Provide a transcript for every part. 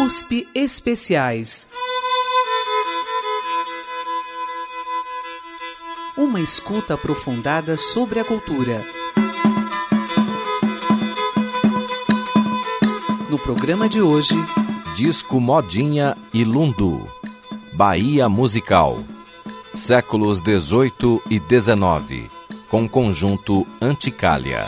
USP Especiais. Uma escuta aprofundada sobre a cultura. No programa de hoje, Disco Modinha e Lundu, Bahia Musical, séculos 18 e 19, com conjunto Anticália.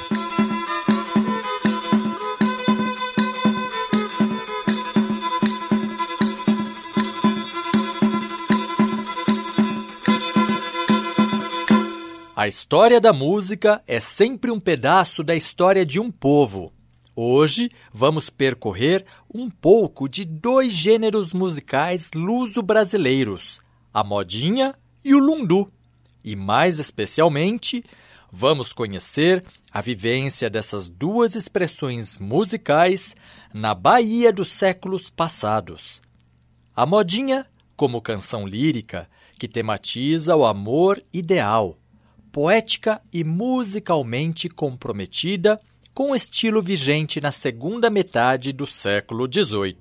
A história da música é sempre um pedaço da história de um povo. Hoje vamos percorrer um pouco de dois gêneros musicais luso-brasileiros, a modinha e o lundu. E mais especialmente, vamos conhecer a vivência dessas duas expressões musicais na Bahia dos séculos passados. A modinha como canção lírica que tematiza o amor ideal, poética e musicalmente comprometida com o estilo vigente na segunda metade do século XVIII.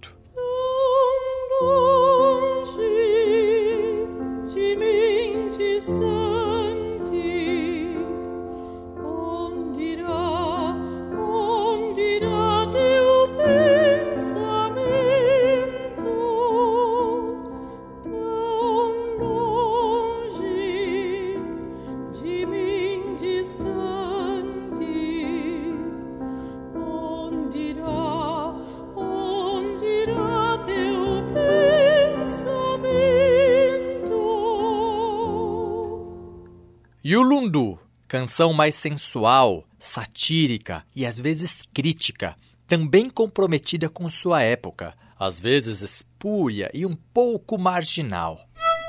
E o lundu, canção mais sensual, satírica e às vezes crítica, também comprometida com sua época, às vezes espúria e um pouco marginal.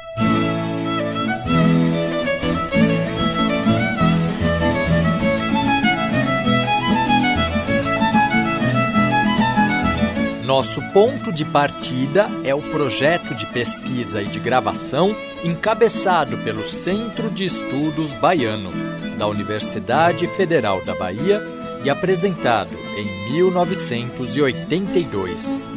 Nosso ponto de partida é o projeto de pesquisa e de gravação encabeçado pelo Centro de Estudos Baiano, da Universidade Federal da Bahia e apresentado em 1982.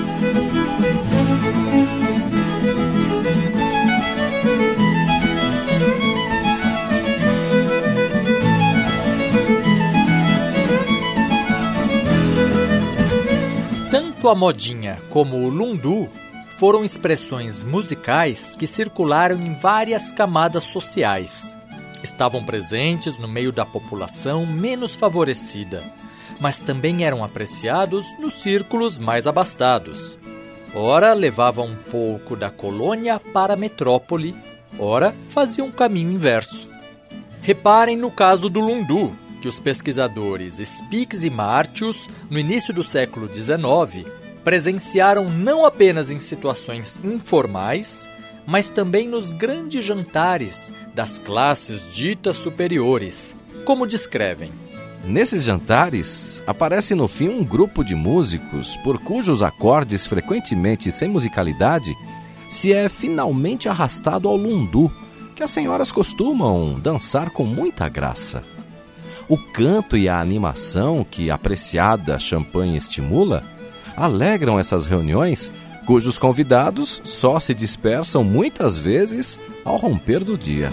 Tanto a modinha como o lundu foram expressões musicais que circularam em várias camadas sociais. Estavam presentes no meio da população menos favorecida, mas também eram apreciados nos círculos mais abastados. Ora levavam um pouco da colônia para a metrópole, ora faziam um caminho inverso. Reparem no caso do lundu, que os pesquisadores Spix e Martius, no início do século XIX, presenciaram não apenas em situações informais, mas também nos grandes jantares das classes ditas superiores, como descrevem. Nesses jantares, aparece no fim um grupo de músicos por cujos acordes, frequentemente sem musicalidade, se é finalmente arrastado ao lundu, que as senhoras costumam dançar com muita graça. O canto e a animação que a apreciada champanhe estimula alegram essas reuniões, cujos convidados só se dispersam muitas vezes ao romper do dia.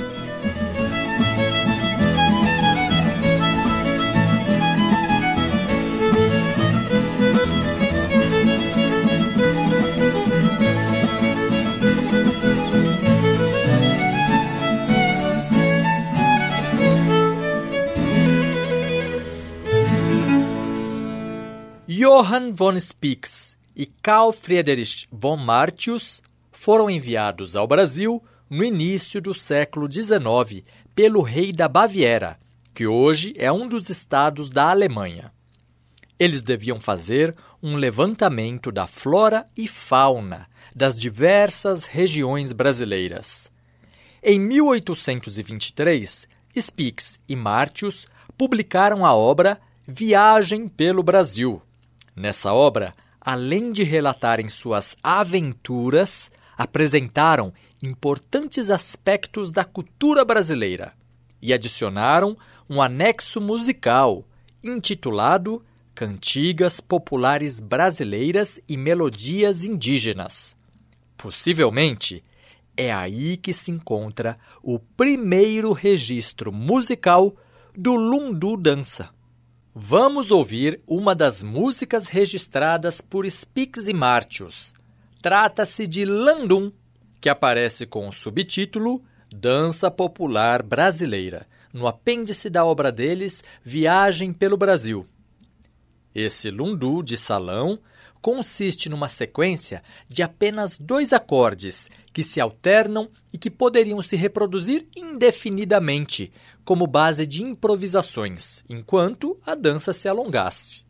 Johann von Spix e Carl Friedrich von Martius foram enviados ao Brasil no início do século XIX pelo rei da Baviera, que hoje é um dos estados da Alemanha. Eles deviam fazer um levantamento da flora e fauna das diversas regiões brasileiras. Em 1823, Spix e Martius publicaram a obra Viagem pelo Brasil. Nessa obra, além de relatarem suas aventuras, apresentaram importantes aspectos da cultura brasileira e adicionaram um anexo musical intitulado cantigas populares brasileiras e melodias indígenas. Possivelmente, é aí que se encontra o primeiro registro musical do lundu dança. Vamos ouvir uma das músicas registradas por Spix e Martius. Trata-se de Landum, que aparece com o subtítulo Dança Popular Brasileira, no apêndice da obra deles, Viagem pelo Brasil. Esse lundu de salão consiste numa sequência de apenas 2 acordes que se alternam e que poderiam se reproduzir indefinidamente, como base de improvisações, enquanto a dança se alongasse.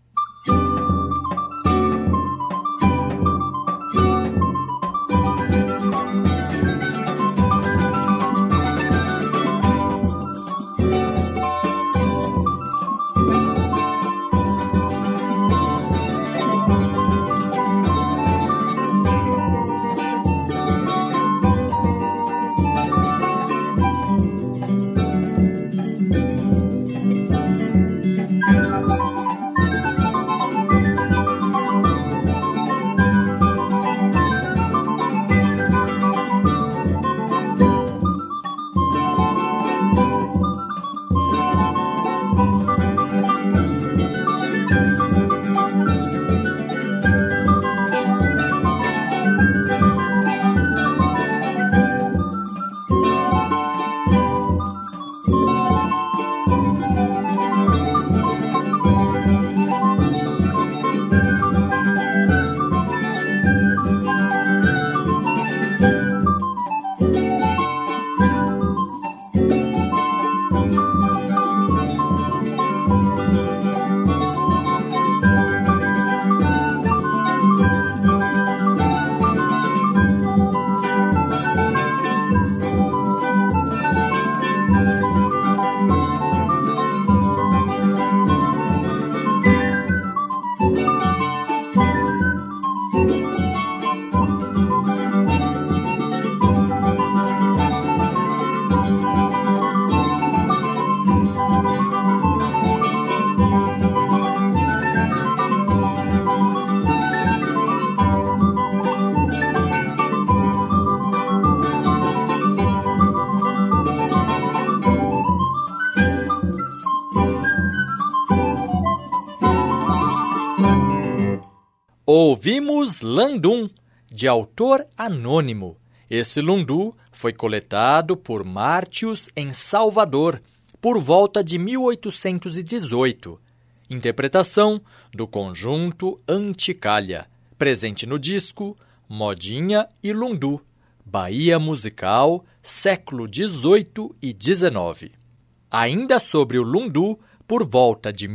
Ouvimos Landum, de autor anônimo. Esse lundu foi coletado por Martius em Salvador, por volta de 1818. Interpretação do conjunto Anticalha, presente no disco Modinha e Lundu, Bahia Musical, século XVIII e XIX. Ainda sobre o lundu, por volta de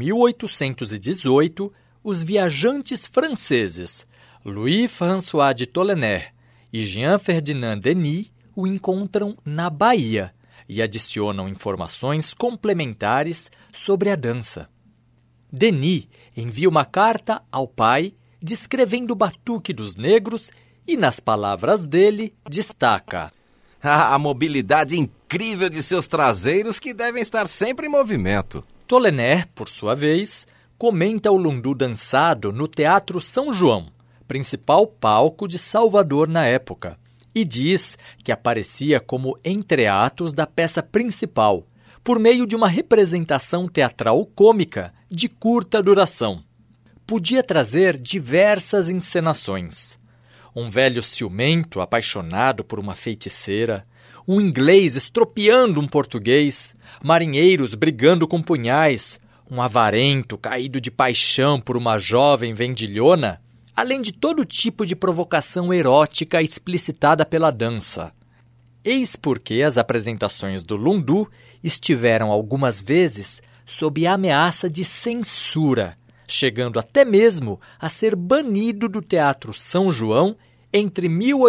1818, os viajantes franceses Louis-François de Tollenaire e Jean-Ferdinand Denis o encontram na Bahia e adicionam informações complementares sobre a dança. Denis envia uma carta ao pai descrevendo o batuque dos negros e, nas palavras dele, destaca a mobilidade incrível de seus traseiros que devem estar sempre em movimento. Tollenaire, por sua vez, comenta o lundu dançado no Teatro São João, principal palco de Salvador na época, e diz que aparecia como entreatos da peça principal, por meio de uma representação teatral cômica de curta duração. Podia trazer diversas encenações. Um velho ciumento apaixonado por uma feiticeira, um inglês estropiando um português, marinheiros brigando com punhais, um avarento caído de paixão por uma jovem vendilhona, além de todo tipo de provocação erótica explicitada pela dança. Eis porque as apresentações do lundu estiveram algumas vezes sob a ameaça de censura, chegando até mesmo a ser banido do Teatro São João entre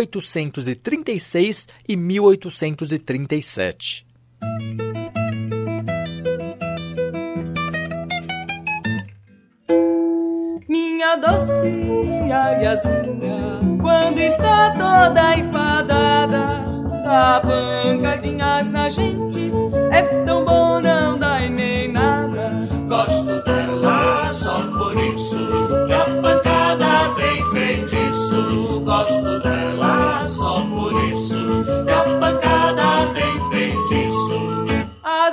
1836 e 1837. Minha docinha Iazinha, quando está toda enfadada, dá pancadinhas na gente, é tão bom, não dá nem nada. Gosto dela só por isso.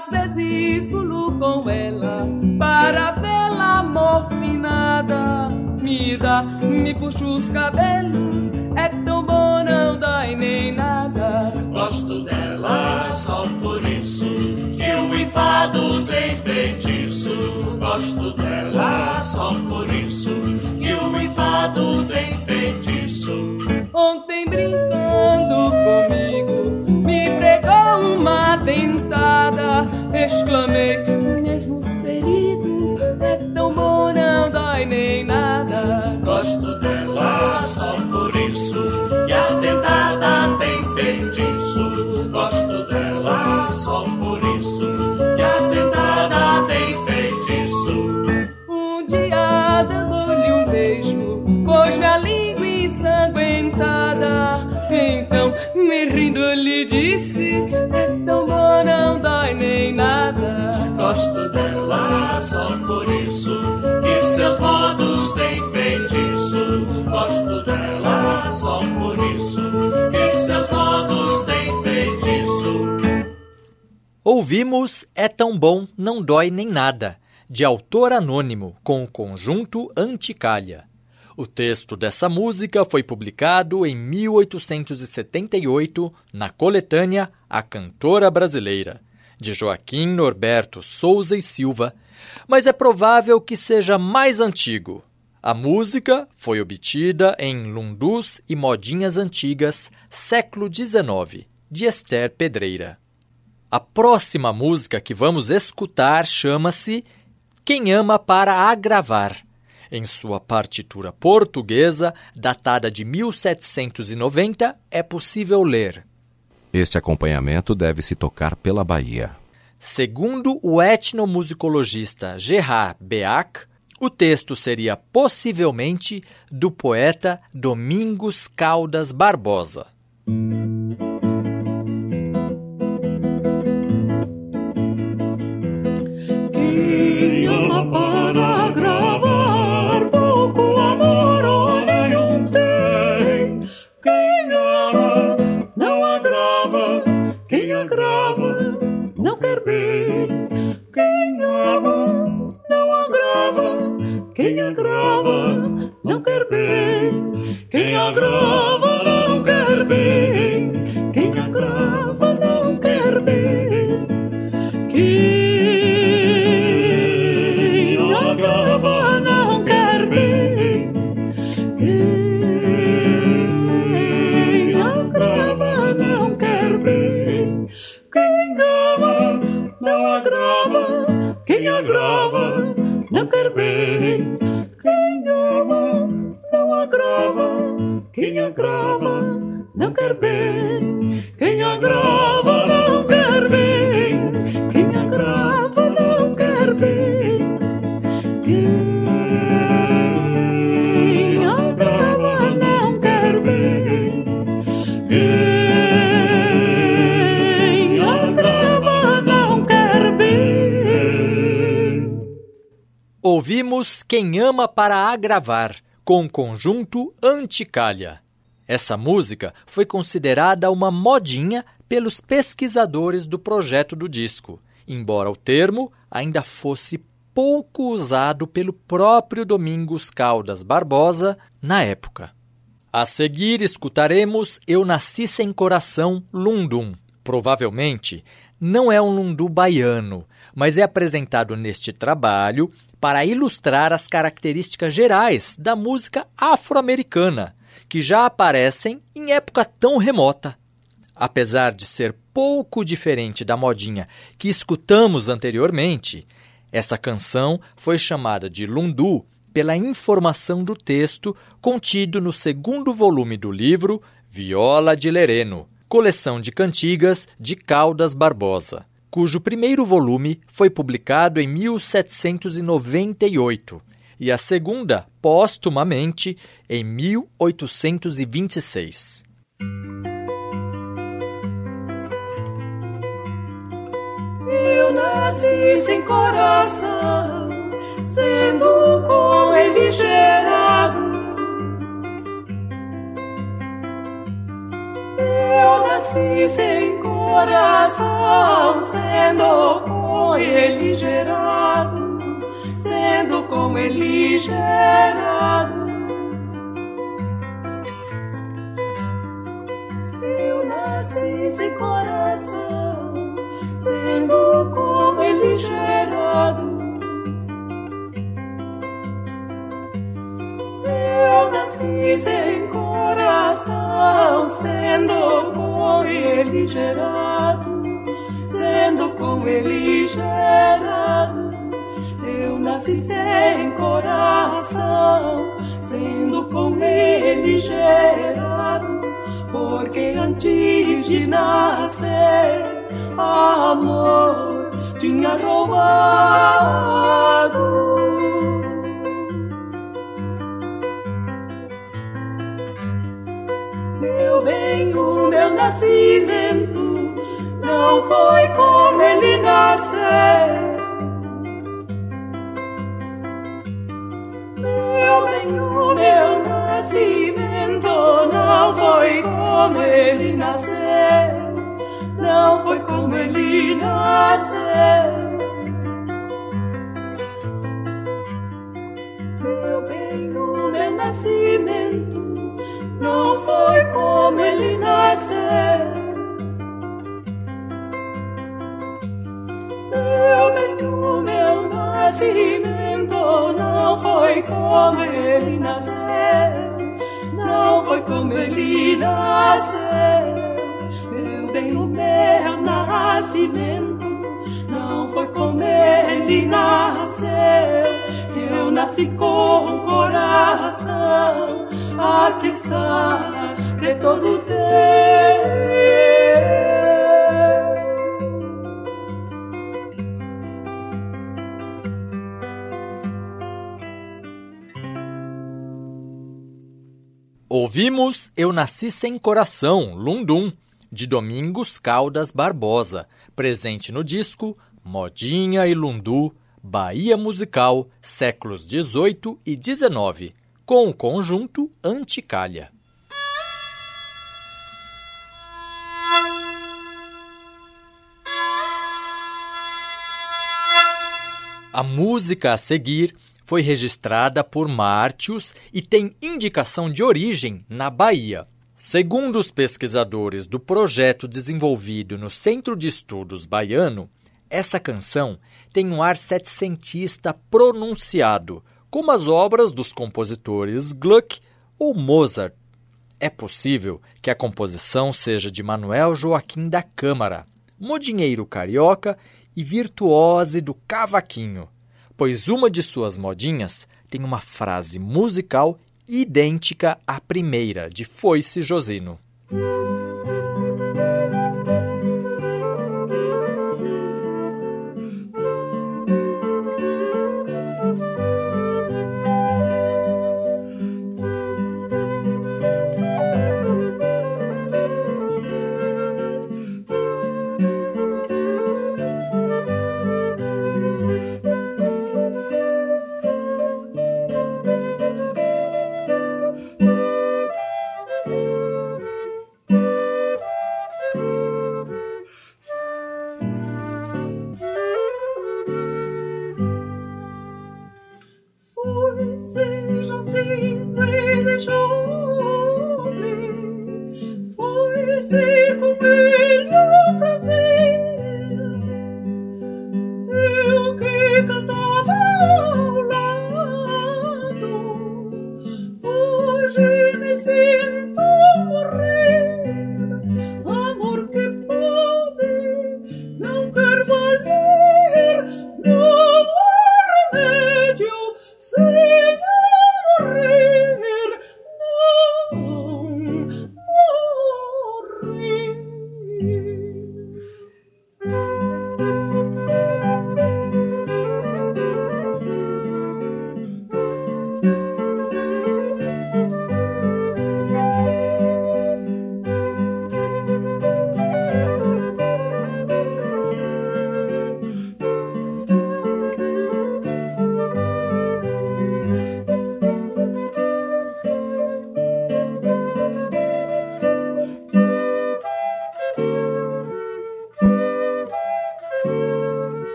às vezes pulo com ela para vê-la mofinada. Me dá, me puxa os cabelos, é tão bom, não dói nem nada. Gosto dela só por isso, que o enfado tem feitiço. Gosto dela só por isso, que o enfado tem feitiço. Ontem brincando comigo, me pregou uma dentada. Exclamei, mesmo ferido, é tão bom, não dói nem nada. Gosto dela só por isso, que a dentada tem feitiço. Gosto dela só por isso, que a dentada tem feitiço. Um dia dando-lhe um beijo, pôs-me a língua ensanguentada. Então, me rindo, lhe disse, é tão bom, não dói nem nada. Gosto dela só por isso, que seus modos têm feitiço. Gosto dela só por isso, que seus modos têm feitiço. Ouvimos É Tão Bom, Não Dói Nem Nada, de autor anônimo, com o conjunto Anticalha. O texto dessa música foi publicado em 1878 na coletânea A Cantora Brasileira, de Joaquim Norberto Souza e Silva, mas é provável que seja mais antigo. A música foi obtida em Lundus e Modinhas Antigas, século XIX, de Esther Pedreira. A próxima música que vamos escutar chama-se Quem Ama para Agravar. Em sua partitura portuguesa, datada de 1790, é possível ler: Este acompanhamento deve-se tocar pela Bahia. Segundo o etnomusicologista Gerard Beac, o texto seria possivelmente do poeta Domingos Caldas Barbosa. Quem ama para agravar, pouco amor ou nenhum tem. Quem ama não agrava, quem agrava não quer bem. Quem ama não agrava, quem agrava não quer bem. Quem agrava não quer bem, quem agrava não quer bem. Quem agrava não quer bem, quem agrava não quer bem. Quem ama não agrava, quem agrava não quer bem. Quem ama não agrava, quem agrava não quer bem. Quem agrava não quer bem, quem agrava não quer bem. Quem agrava não quer bem, quem agrava não quer bem. Ouvimos Quem Ama para Agravar, com o conjunto Anticalha. Essa música foi considerada uma modinha pelos pesquisadores do projeto do disco, embora o termo ainda fosse pouco usado pelo próprio Domingos Caldas Barbosa na época. A seguir escutaremos Eu Nasci Sem Coração, Lundum. Provavelmente não é um lundu baiano, mas é apresentado neste trabalho para ilustrar as características gerais da música afro-americana, que já aparecem em época tão remota. Apesar de ser pouco diferente da modinha que escutamos anteriormente, essa canção foi chamada de lundu pela informação do texto contido no segundo volume do livro Viola de Lereno, coleção de cantigas de Caldas Barbosa, cujo primeiro volume foi publicado em 1798 e a segunda, póstumamente, em 1826. Eu nasci sem coração, sendo com ele gerado. Eu nasci sem coração, sendo com ele gerado, sendo com ele gerado. Eu nasci sem coração, sendo com ele gerado. Eu nasci sem coração, sendo com ele gerado, sendo com ele gerado. Eu nasci sem coração, sendo com ele gerado, porque antes de nascer, amor tinha roubado. Meu bem, o meu nascimento não foi como ele nasceu. Meu bem, o meu nascimento não foi como ele nasceu. Não foi como ele nasceu. Meu bem, o meu nascimento não foi como ele nasceu. Meu bem, o meu nascimento não foi como ele nasceu. Não foi como ele nasceu. Meu bem, o meu nascimento não foi como ele nasceu. Eu nasci com coração, aqui está, de todo teu. Ouvimos Eu Nasci Sem Coração, Lundum, de Domingos Caldas Barbosa, presente no disco Modinha e Lundu, Bahia Musical, séculos XVIII e XIX, com o conjunto Anticalha. A música a seguir foi registrada por Mártios e tem indicação de origem na Bahia. Segundo os pesquisadores do projeto desenvolvido no Centro de Estudos Baiano, essa canção tem um ar setecentista pronunciado, como as obras dos compositores Gluck ou Mozart. É possível que a composição seja de Manuel Joaquim da Câmara, modinheiro carioca e virtuose do cavaquinho, pois uma de suas modinhas tem uma frase musical idêntica à primeira, de Foice Josino.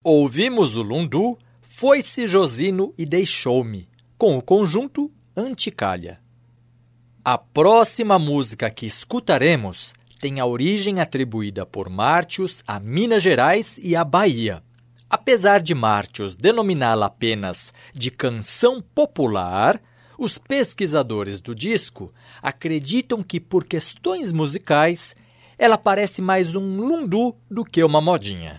Ouvimos o Lundu, Foi-se Josino e Deixou-me, com o conjunto Anticalha. A próxima música que escutaremos tem a origem atribuída por Mártius a Minas Gerais e à Bahia. Apesar de Mártius denominá-la apenas de canção popular, os pesquisadores do disco acreditam que, por questões musicais, ela parece mais um lundu do que uma modinha.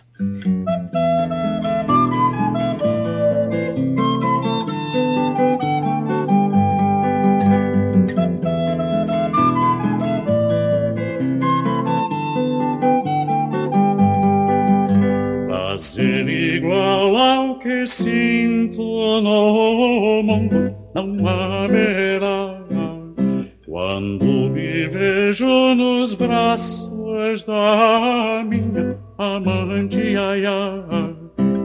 Ser igual ao que sinto no mundo não haverá. Quando me vejo nos braços da minha amante, ai, ai.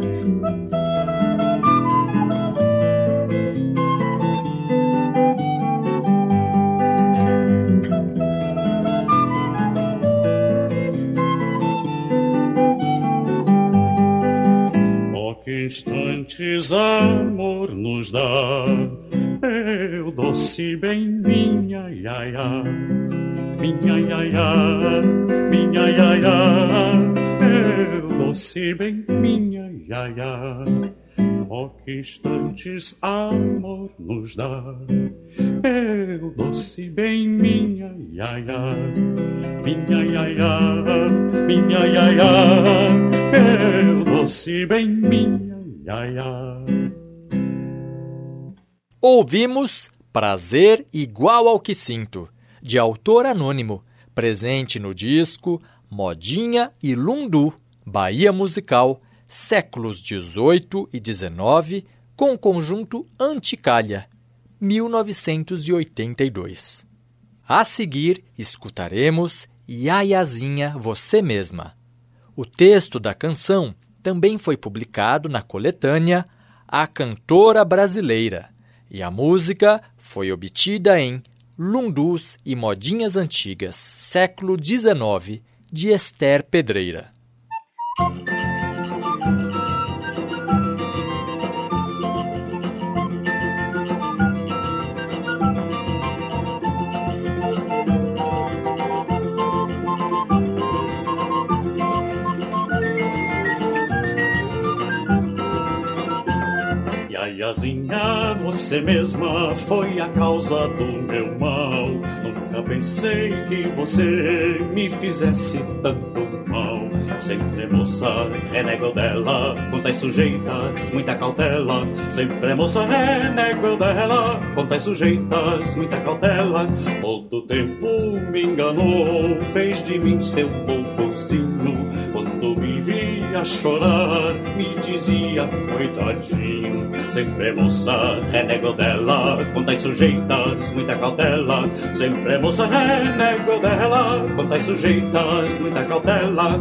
Instantes amor nos dá, eu doce bem minha iaia, minha iaia, minha iaia, eu doce bem minha iaia. Oh, que instantes amor nos dá, eu doce bem minha iaia, minha iaia, minha iaia, eu doce bem minha iaia. Ouvimos Prazer Igual ao que Sinto, de autor anônimo, presente no disco Modinha e Lundu, Bahia Musical, séculos XVIII e XIX, com o conjunto Anticalha, 1982. A seguir, escutaremos Iaiazinha Você Mesma. O texto da canção também foi publicado na coletânea A Cantora Brasileira, e a música foi obtida em Lundus e Modinhas Antigas, século XIX, de Esther Pedreira. Iaiazinha, você mesma foi a causa do meu mal. Nunca pensei que você me fizesse tanto mal. Sempre moça é nego dela, quantas sujeitas, muita cautela. Sempre moça é nego dela, quantas sujeitas, muita cautela. Todo tempo me enganou, fez de mim seu bobozinho. Quando me via chorar, me dizia coitadinho. Sempre moça é nego dela, quantas sujeitas, muita cautela. Sempre moça é nego dela, quantas sujeitas, muita cautela.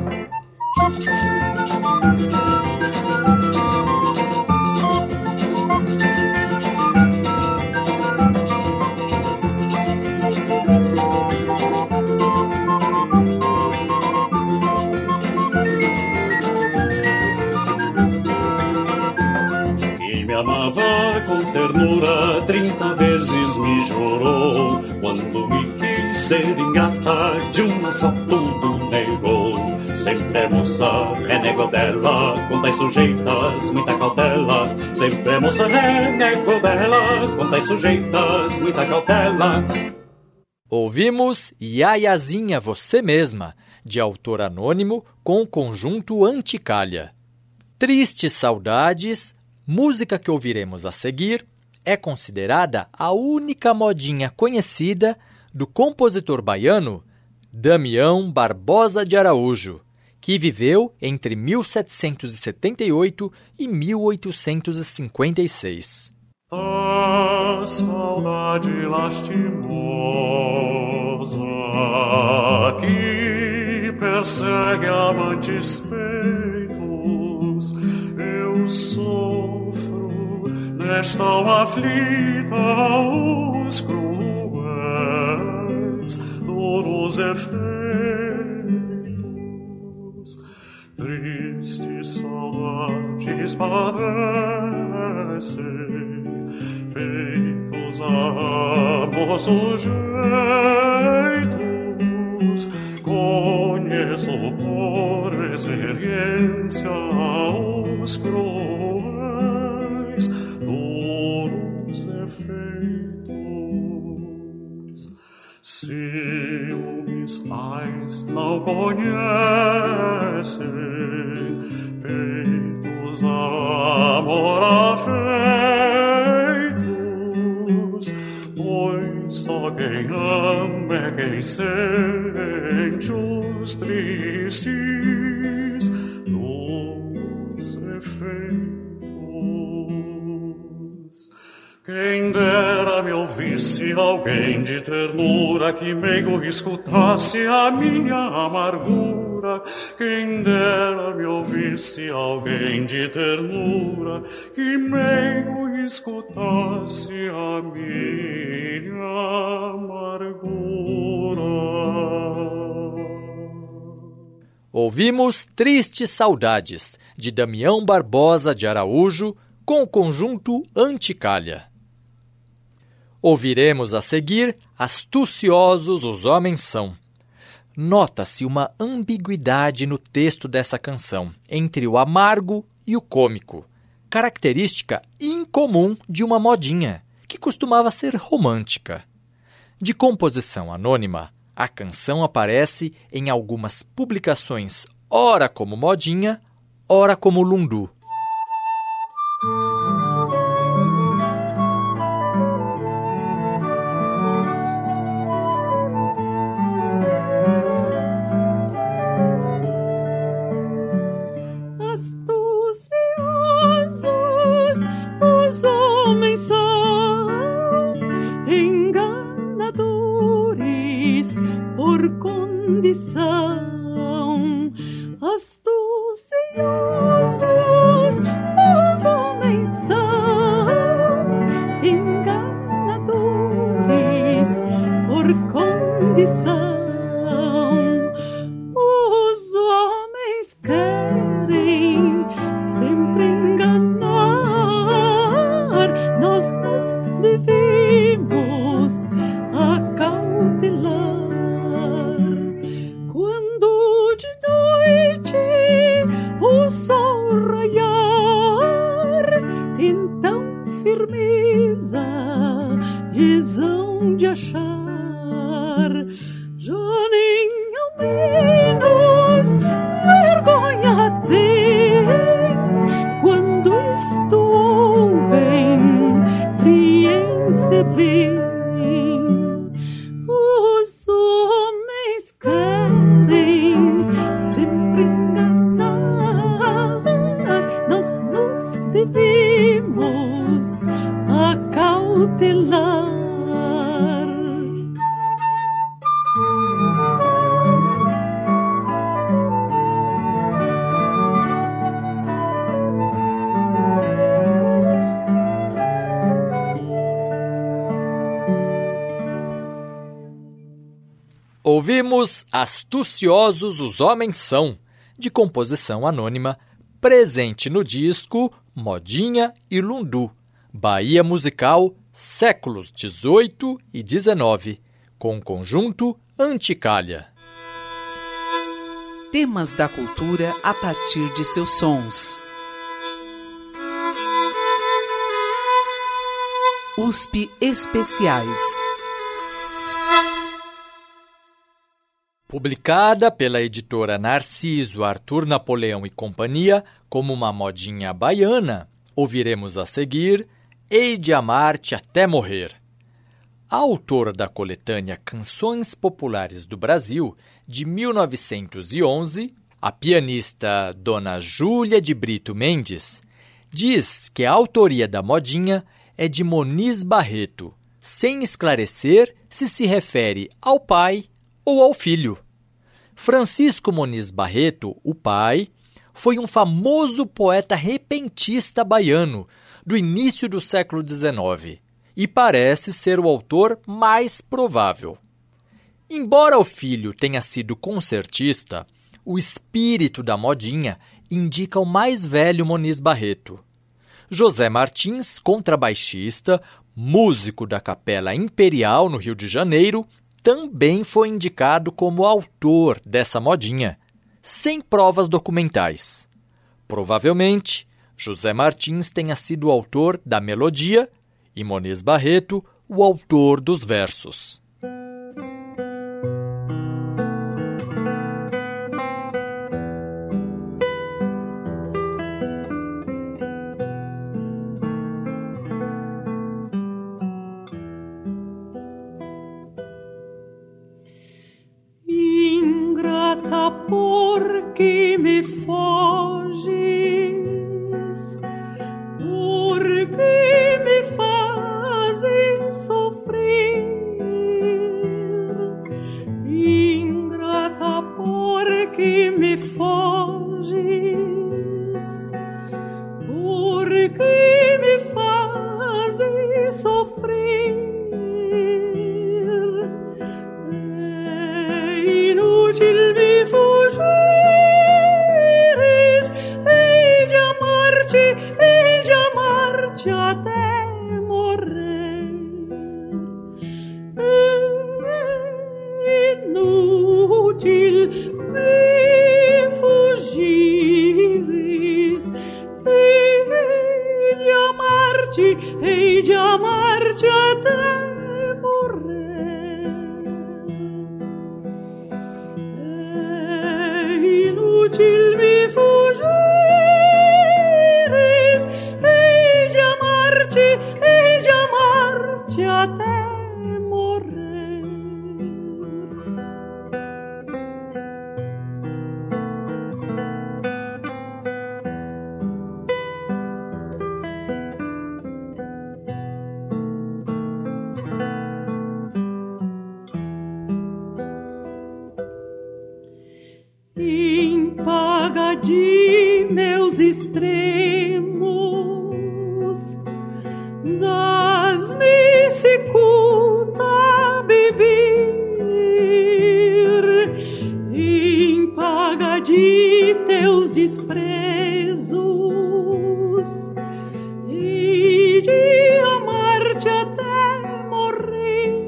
Amava com ternura, 30 vezes me jurou. Quando me quis ser ingrata, de uma só tudo negou. Sempre é moça, é nego dela, quantas sujeitas, muita cautela. Sempre é moça, é nego dela, quantas sujeitas, muita cautela. Ouvimos Iaiazinha Você Mesma, de autor anônimo, com o conjunto Anticalha. Tristes Saudades, música que ouviremos a seguir, é considerada a única modinha conhecida do compositor baiano Damião Barbosa de Araújo, que viveu entre 1778 e 1856. A saudade lastimosa que persegue amantes peitos, eu sofro nesta alma aflita os cruéis duros efeitos. Triste saudade deles padecem, feitos a moços jeitos. Conheço por experiência os cruéis, duros efeitos. Ciúmes tais não conhecem, peitos amor afeitos, pois só quem ama é quem sente os tristes dos efeitos. Quem dera me ouvisse alguém de ternura, que meigo escutasse a minha amargura. Quem dera me ouvisse alguém de ternura, que meigo escutasse a minha amargura. Ouvimos Tristes Saudades, de Damião Barbosa de Araújo, com o conjunto Anticalha. Ouviremos a seguir Astuciosos os Homens São. Nota-se uma ambiguidade no texto dessa canção, entre o amargo e o cômico, característica incomum de uma modinha, que costumava ser romântica. De composição anônima, a canção aparece em algumas publicações, ora como modinha, ora como lundu. Astuciosos os homens são, enganadores por condição. Os homens querem sempre enganar, nós nos devemos acautelar. O sol raiar, então firmeza lhes hão de achar. Já nem ao menos vergonha tem, quando isto ouvem, riem-se bem. Os homens querem sempre enganar, nós nos devemos acautelar. Ouvimos Astuciosos os Homens São, de composição anônima, presente no disco Modinha e Lundu, Bahia Musical, séculos XVIII e XIX, com o conjunto Anticalha. Temas da cultura a partir de seus sons. USP Especiais. Publicada pela editora Narciso, Arthur Napoleão e Companhia como uma modinha baiana, ouviremos a seguir Hei de Amar-te Até Morrer. A autora da coletânea Canções Populares do Brasil, de 1911, a pianista Dona Júlia de Brito Mendes, diz que a autoria da modinha é de Moniz Barreto, sem esclarecer se refere ao pai ou ao filho. Francisco Moniz Barreto, o pai, foi um famoso poeta repentista baiano do início do século XIX e parece ser o autor mais provável. Embora o filho tenha sido concertista, o espírito da modinha indica o mais velho Moniz Barreto. José Martins, contrabaixista, músico da Capela Imperial, no Rio de Janeiro, também foi indicado como autor dessa modinha, sem provas documentais. Provavelmente, José Martins tenha sido o autor da melodia e Moniz Barreto o autor dos versos. Ingrata, porque me foges, porque me fazes sofrer. Ingrata, porque me foges, porque me fazes sofrer. Inútil me fugires, hei de amar-te até morrer. Inútil me fugires, hei de amar-te até morrer. Inútil me fugires, hei de amar-te até morrer. Em paga de meus extremos, das-me cicuta a beber. Em paga de teus desprezos e de amar-te até morrer.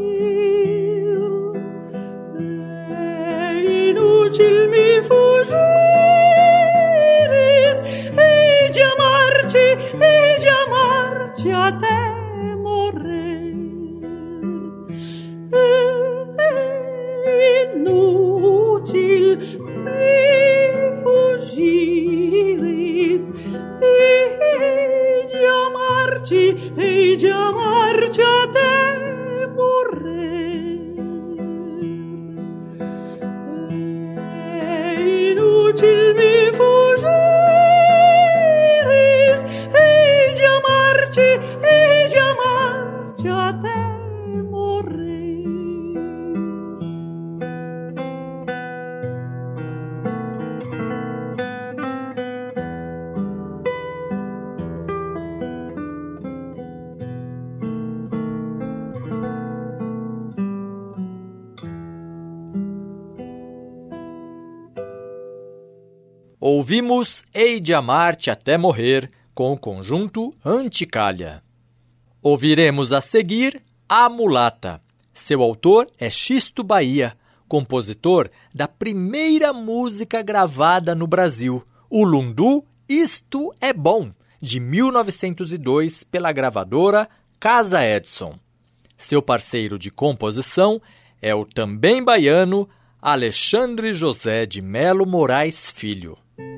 Inútil me fugires, hei de amar-te até morrer. Inútil me fugires, hei de amar-te até morrer. Inútil me fugires, hei de amar-te até morrer. Ouvimos Hei de Amar-te até Morrer com o conjunto Anticalha. Ouviremos a seguir A Mulata. Seu autor é Xisto Bahia, compositor da primeira música gravada no Brasil, o Lundu Isto é Bom, de 1902, pela gravadora Casa Edson. Seu parceiro de composição é o também baiano Alexandre José de Melo Moraes Filho.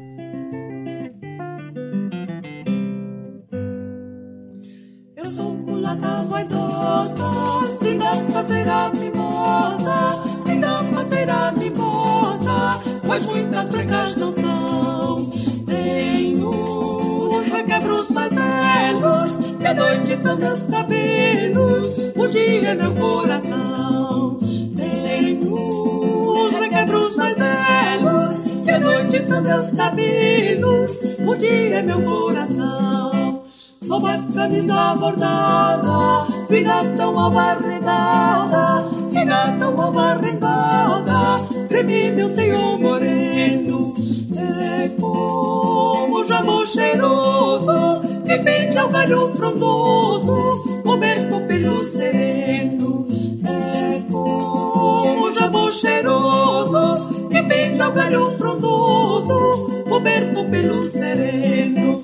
Eu sou mulata vaidosa, linda faceira mimosa, linda faceira mimosa, mas muitas brancas não são. Tenho os requebros mais belos, se a noite são meus cabelos, o dia é meu coração. Tenho os requebros mais belos, se a noite são meus cabelos, o dia é meu coração. Sou uma camisa bordada, fina tão abarregada, fina tão abarregada, treme meu senhor moreno, é galho frondoso, coberto pelo sereno. É como jabô cheiroso, que pende ao galho frondoso, coberto pelo sereno.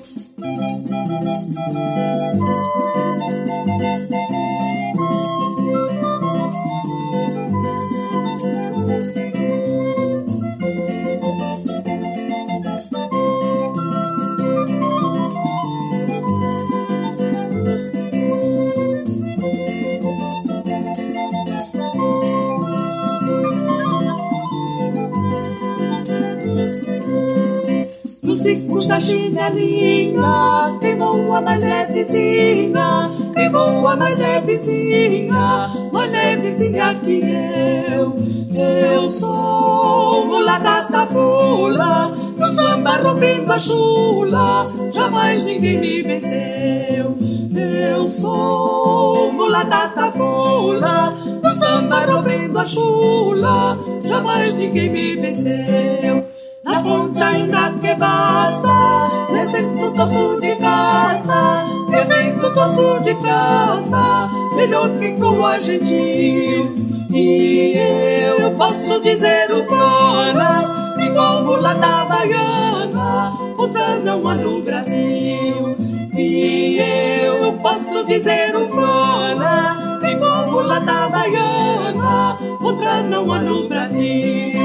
Bicos da chinelinha, quem voa mais levezinha, quem voa mais levezinha, mais levezinha que eu. Eu sou mulata tabula, no samba rompendo a chula, jamais ninguém me venceu. Eu sou mulata tabula, no samba rompendo a chula, jamais ninguém me venceu. Na fonte ainda que passa, desenho tosso de caça, desenho tosso de caça, melhor que com a gentil. E eu posso dizer o flora, igual mulata baiana, outra não há no Brasil. E eu posso dizer o flora, igual mulata baiana, outra não há no Brasil.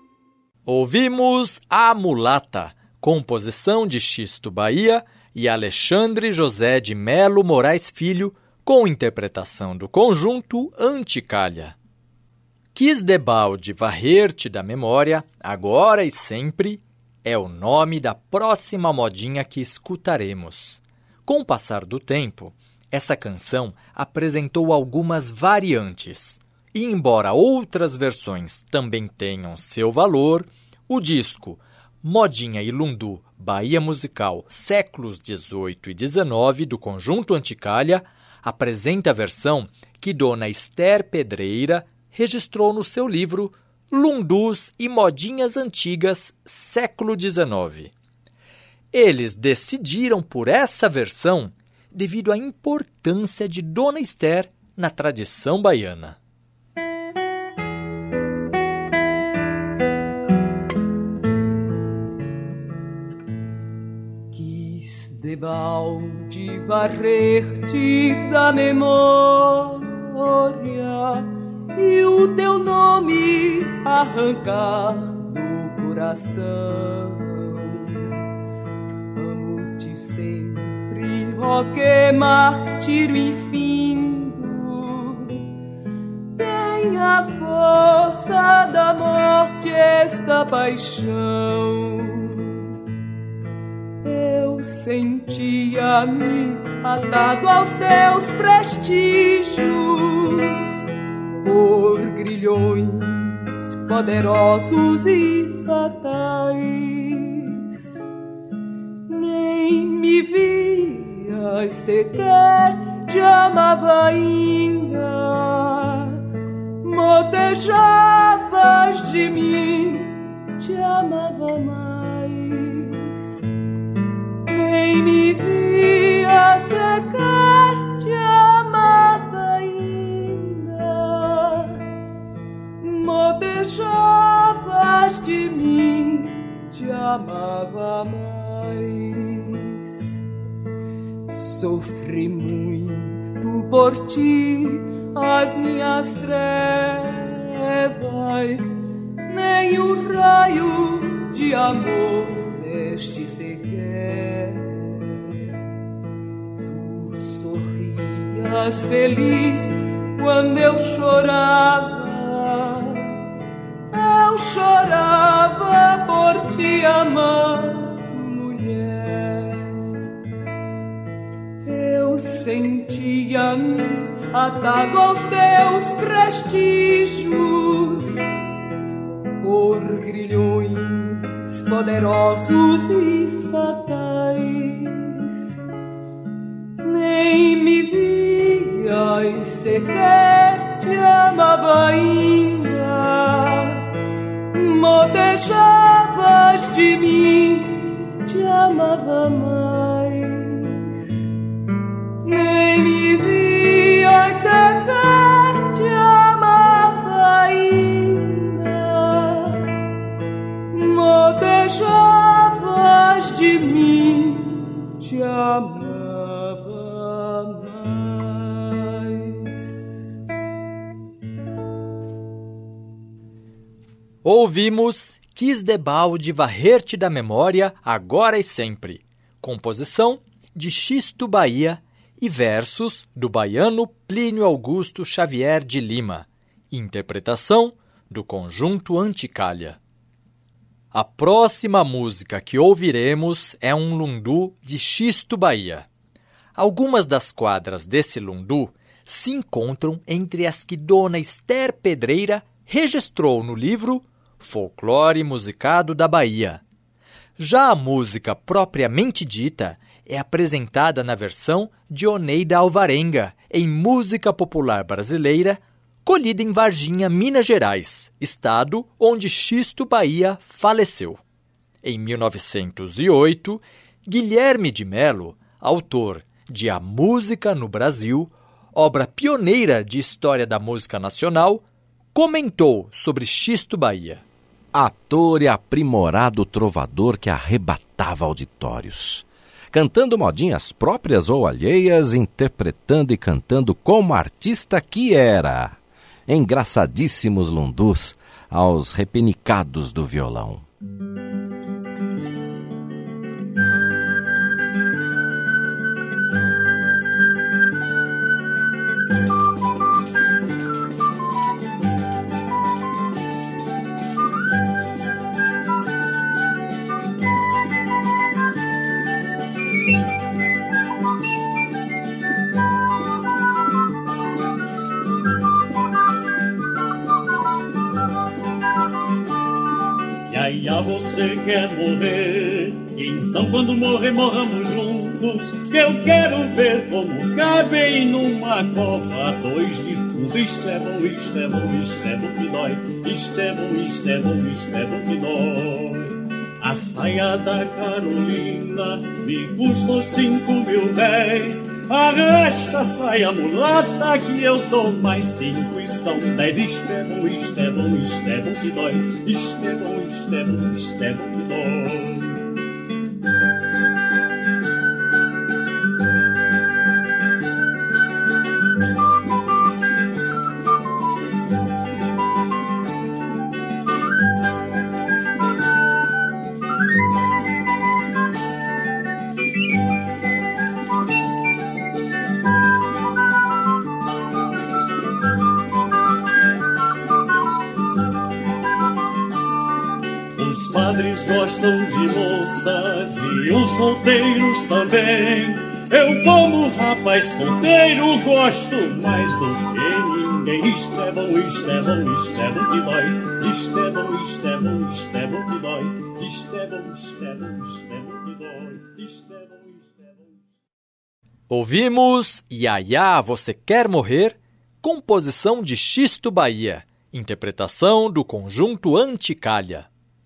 Ouvimos A Mulata, composição de Xisto Bahia e Alexandre José de Melo Moraes Filho, com interpretação do conjunto Anticalha. Quis debalde varrer-te da memória, agora e sempre, é o nome da próxima modinha que escutaremos. Com o passar do tempo, essa canção apresentou algumas variantes. E embora outras versões também tenham seu valor, o disco Modinha e Lundu, Bahia Musical, séculos XVIII e XIX, do conjunto Anticalha, apresenta a versão que Dona Esther Pedreira registrou no seu livro Lundus e Modinhas Antigas, século XIX. Eles decidiram por essa versão devido à importância de Dona Esther na tradição baiana. Debalde varrer-te da memória e o teu nome arrancar do coração. Amo-te sempre, ó que martírio infindo, tem a força da morte esta paixão. Eu sentia-me atado aos teus prestígios, por grilhões poderosos e fatais. Nem me vias sequer, te amava ainda, motejavas de mim, te amava mais. Nem me via sequer, te amava ainda, motejavas de mim, te amava mais. Sofri muito por ti as minhas trevas, nem o raio de amor deste sequer. Tu sorrias feliz quando eu chorava por te amar, mulher. Eu sentia-me atado aos teus prestígios, por grilhões poderosos e fatais. Nem me vias sequer, te amava ainda, motejavas de mim, te amava mais. de mim te amava mais. Ouvimos Quis debalde varrer-te da memória agora e sempre, composição de Xisto Bahia e versos do baiano Plínio Augusto Xavier de Lima, interpretação do Conjunto Anticalha. A próxima música que ouviremos é um lundu de Xisto Bahia. Algumas das quadras desse lundu se encontram entre as que Dona Esther Pedreira registrou no livro Folclore Musicado da Bahia. Já a música propriamente dita é apresentada na versão de Oneida Alvarenga, em Música Popular Brasileira, colhida em Varginha, Minas Gerais, estado onde Xisto Bahia faleceu. Em 1908, Guilherme de Melo, autor de A Música no Brasil, obra pioneira de história da música nacional, comentou sobre Xisto Bahia. Ator e aprimorado trovador que arrebatava auditórios. Cantando modinhas próprias ou alheias, interpretando e cantando como artista que era. Engraçadíssimos lundus aos repenicados do violão. Iaia, você quer morrer? Então quando morrer, morramos juntos, que eu quero ver como cabem numa cova dois defuntos. Isto é bom, isto é bom, isto é bom que dói. Isto é bom, isto é bom, isto é bom que dói. A saia da Carolina me custou 5.000 réis. Arrasta a saia mulata que eu dou mais 5 e são 10. Isto é bom, isto é bom, isto é bom que dói. Isto é bom, isto é bom, isto é bom que dói. Os padres gostam de moças e os solteiros também. Eu, como rapaz solteiro, gosto mais do que ninguém. Isto é bom, isto é bom, isto é bom que dói. Isto é bom, isto é bom, isto é bom que dói. Isto é bom, isto é bom, isto é bom que dói. Isto é bom, isto é bom. Ouvimos Iaiá, Você Quer Morrer? Composição de Xisto Bahia, interpretação do Conjunto Anticalha.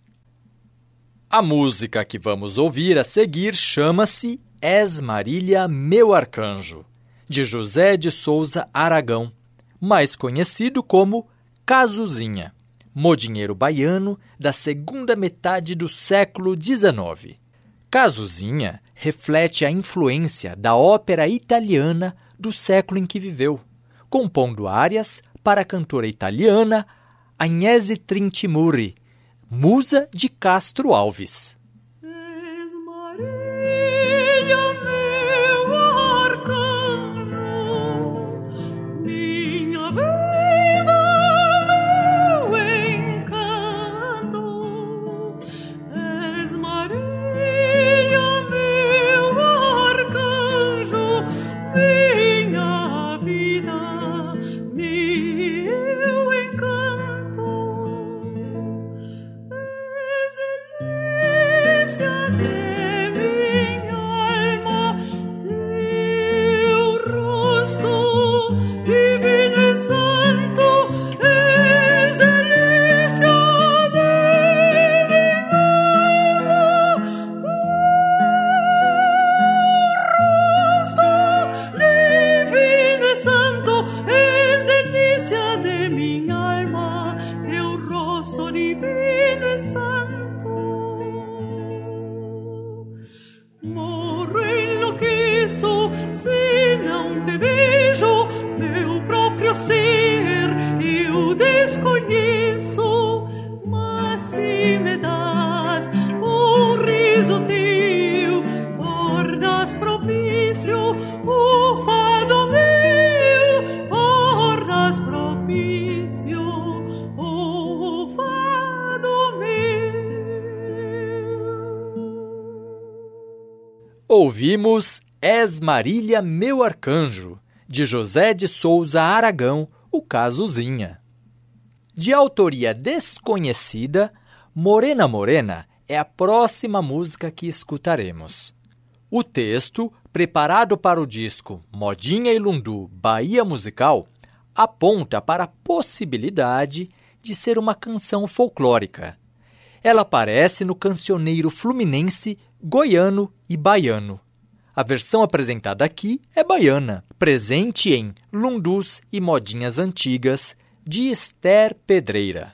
A música que vamos ouvir a seguir chama-se És Marília, Meu Arcanjo, de José de Souza Aragão, mais conhecido como Casuzinha, modinheiro baiano da segunda metade do século XIX. Casuzinha reflete a influência da ópera italiana do século em que viveu, compondo áreas para a cantora italiana Agnese Trintimurri, musa de Castro Alves. És Marília, meu arcanjo, minha vida, meu encanto. És Marília, meu arcanjo, minha vida, meu encanto. Delícia de minha alma, teu rosto divino e santo, és delícia de minha alma, teu rosto divino e santo, és delícia de minha alma, teu rosto divino e santo. te vejo, meu próprio ser eu desconheço, mas se me das um riso teu, tornas propício o fado meu, tornas propício o fado meu. Ouvimos És Marília, meu arcanjo, de José de Souza Aragão, o Casuzinha. De autoria desconhecida, Morena Morena é a próxima música que escutaremos. O texto, preparado para o disco Modinha e Lundu, Bahia Musical, aponta para a possibilidade de ser uma canção folclórica. Ela aparece no cancioneiro fluminense, goiano e baiano. A versão apresentada aqui é baiana, presente em Lundus e Modinhas Antigas, de Esther Pedreira.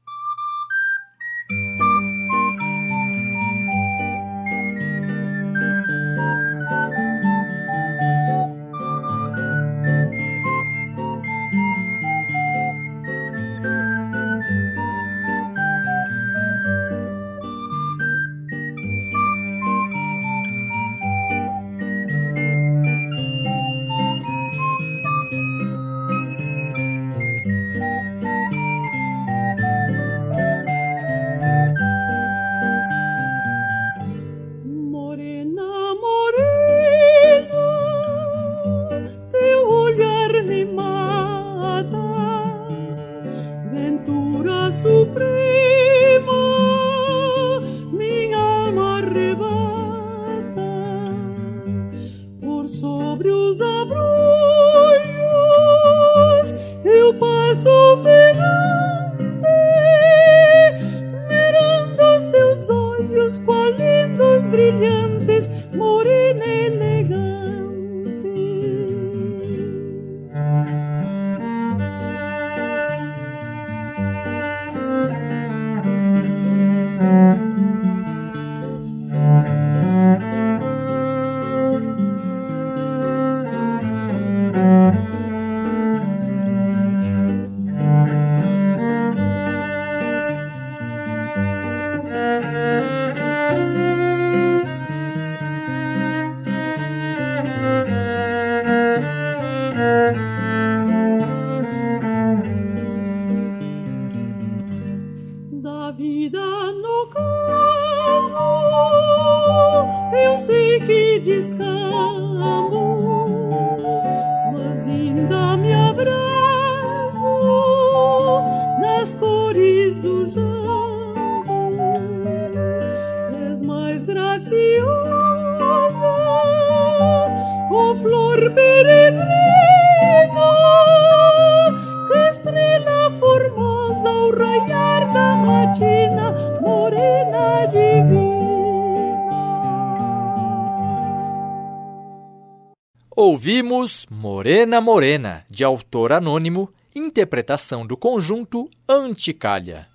Ouvimos Morena Morena, de autor anônimo, interpretação do conjunto Anticalha.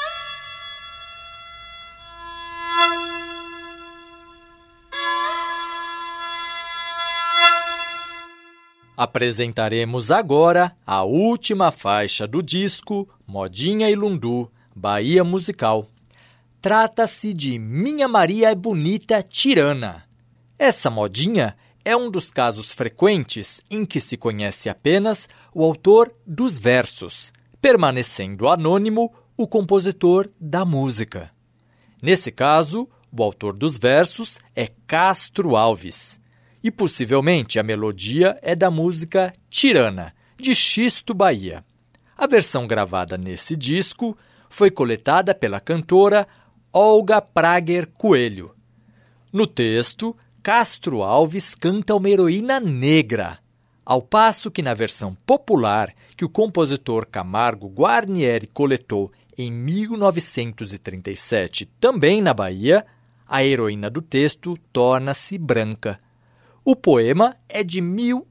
Apresentaremos agora a última faixa do disco Modinha e Lundu, Bahia Musical. Trata-se de Minha Maria é Bonita Tirana. Essa modinha é um dos casos frequentes em que se conhece apenas o autor dos versos, permanecendo anônimo o compositor da música. Nesse caso, o autor dos versos é Castro Alves. E possivelmente a melodia é da música Tirana, de Xisto Bahia. A versão gravada nesse disco foi coletada pela cantora Olga Prager Coelho. No texto, Castro Alves canta uma heroína negra, ao passo que na versão popular que o compositor Camargo Guarnieri coletou em 1937, também na Bahia, a heroína do texto torna-se branca. O poema é de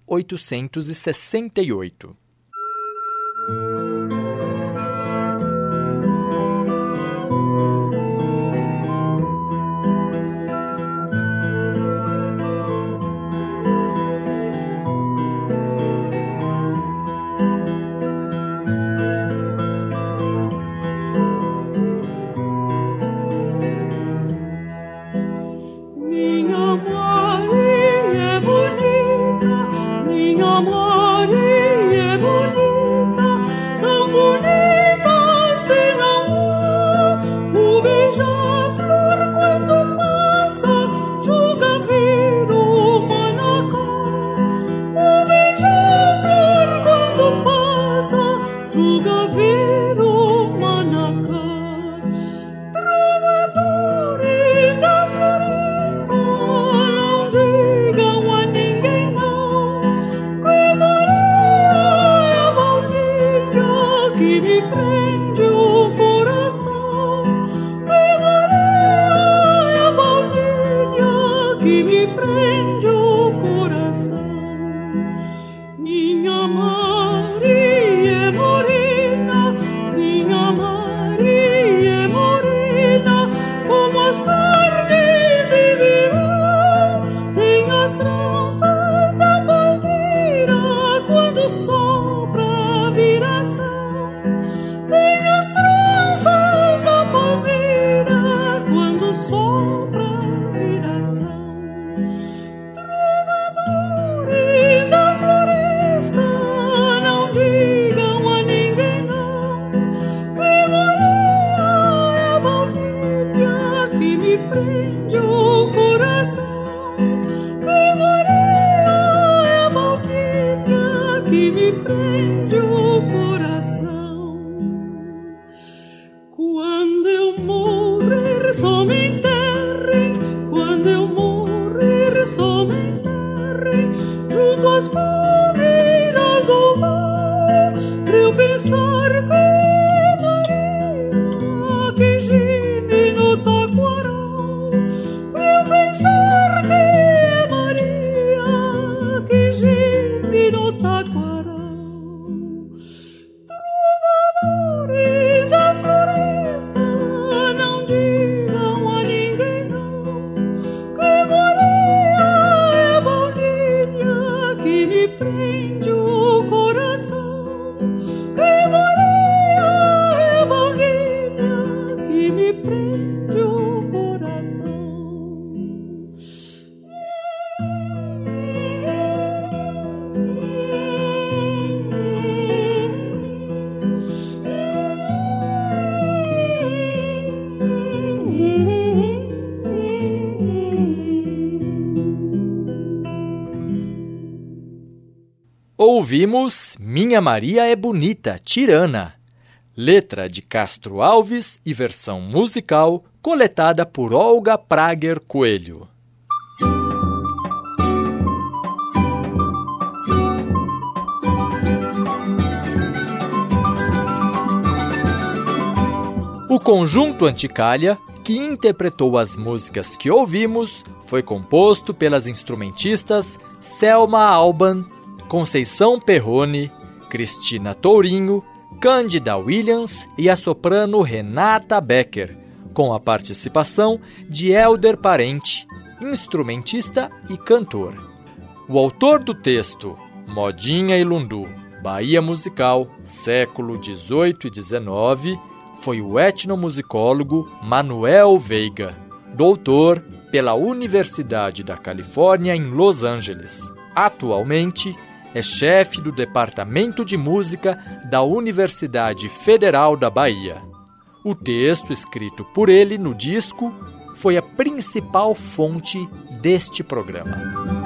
1868. ouvimos Minha Maria é Bonita, Tirana, letra de Castro Alves e versão musical coletada por Olga Prager Coelho. O conjunto Anticalha, que interpretou as músicas que ouvimos, foi composto pelas instrumentistas Selma Alban, Conceição Perrone, Cristina Tourinho, Cândida Williams e a soprano Renata Becker, com a participação de Hélder Parente, instrumentista e cantor. O autor do texto, Modinha e Lundu, Bahia Musical, século XVIII e XIX, foi o etnomusicólogo Manuel Veiga, doutor pela Universidade da Califórnia em Los Angeles. Atualmente, é chefe do Departamento de Música da Universidade Federal da Bahia. O texto escrito por ele no disco foi a principal fonte deste programa.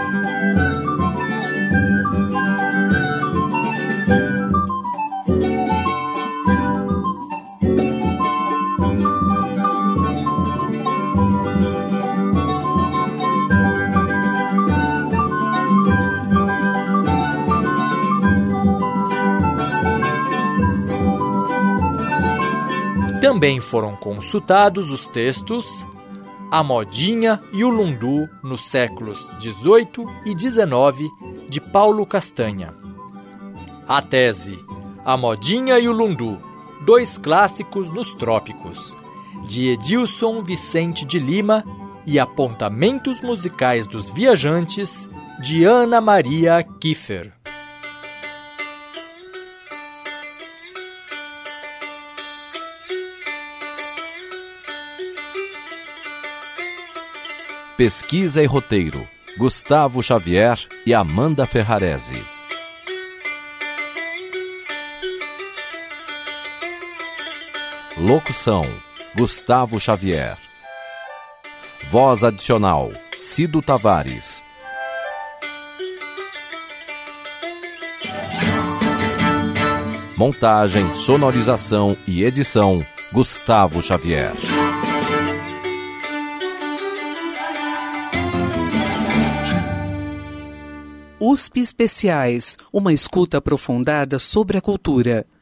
Também foram consultados os textos A Modinha e o Lundu nos séculos XVIII e XIX, de Paulo Castanha. A tese A Modinha e o Lundu, dois clássicos nos trópicos, de Edilson Vicente de Lima, e Apontamentos Musicais dos Viajantes, de Ana Maria Kiefer. Pesquisa e roteiro, Gustavo Xavier e Amanda Ferrarese. Locução, Gustavo Xavier. Voz adicional, Cido Tavares. Montagem, sonorização e edição, Gustavo Xavier. USP Especiais, uma escuta aprofundada sobre a cultura.